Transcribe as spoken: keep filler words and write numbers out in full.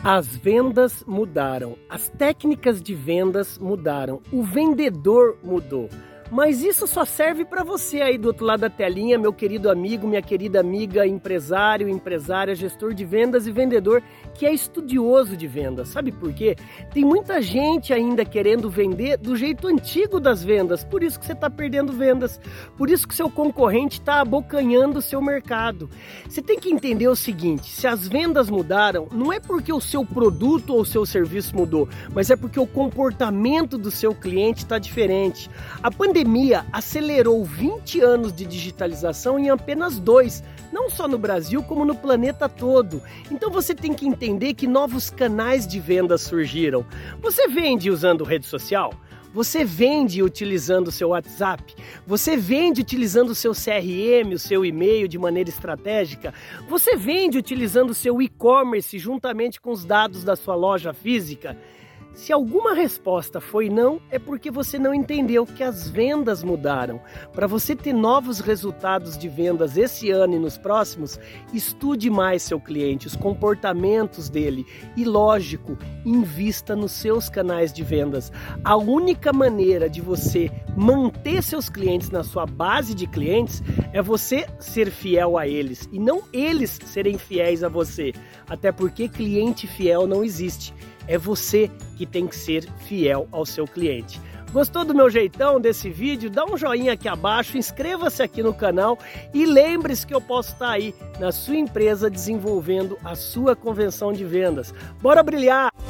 As vendas mudaram, as técnicas de vendas mudaram, o vendedor mudou. Mas isso só serve para você aí do outro lado da telinha, meu querido amigo, minha querida amiga, empresário, empresária, gestor de vendas e vendedor que é estudioso de vendas. Sabe por quê? Tem muita gente ainda querendo vender do jeito antigo das vendas, por isso que você está perdendo vendas, por isso que seu concorrente está abocanhando o seu mercado. Você tem que entender o seguinte, se as vendas mudaram, não é porque o seu produto ou o seu serviço mudou, mas é porque o comportamento do seu cliente está diferente. A pandemia A pandemia acelerou vinte anos de digitalização em apenas dois, não só no Brasil como no planeta todo. Então você tem que entender que novos canais de venda surgiram. Você vende usando rede social? Você vende utilizando o seu WhatsApp? Você vende utilizando o seu C R M, o seu e-mail de maneira estratégica? Você vende utilizando o seu e-commerce juntamente com os dados da sua loja física? Se alguma resposta foi não, é porque você não entendeu que as vendas mudaram. Para você ter novos resultados de vendas esse ano e nos próximos, estude mais seu cliente, os comportamentos dele e, lógico, invista nos seus canais de vendas. A única maneira de você manter seus clientes na sua base de clientes é você ser fiel a eles e não eles serem fiéis a você. Até porque cliente fiel não existe. É você que tem que ser fiel ao seu cliente. Gostou do meu jeitão desse vídeo? Dá um joinha aqui abaixo, inscreva-se aqui no canal e lembre-se que eu posso estar aí na sua empresa desenvolvendo a sua convenção de vendas. Bora brilhar!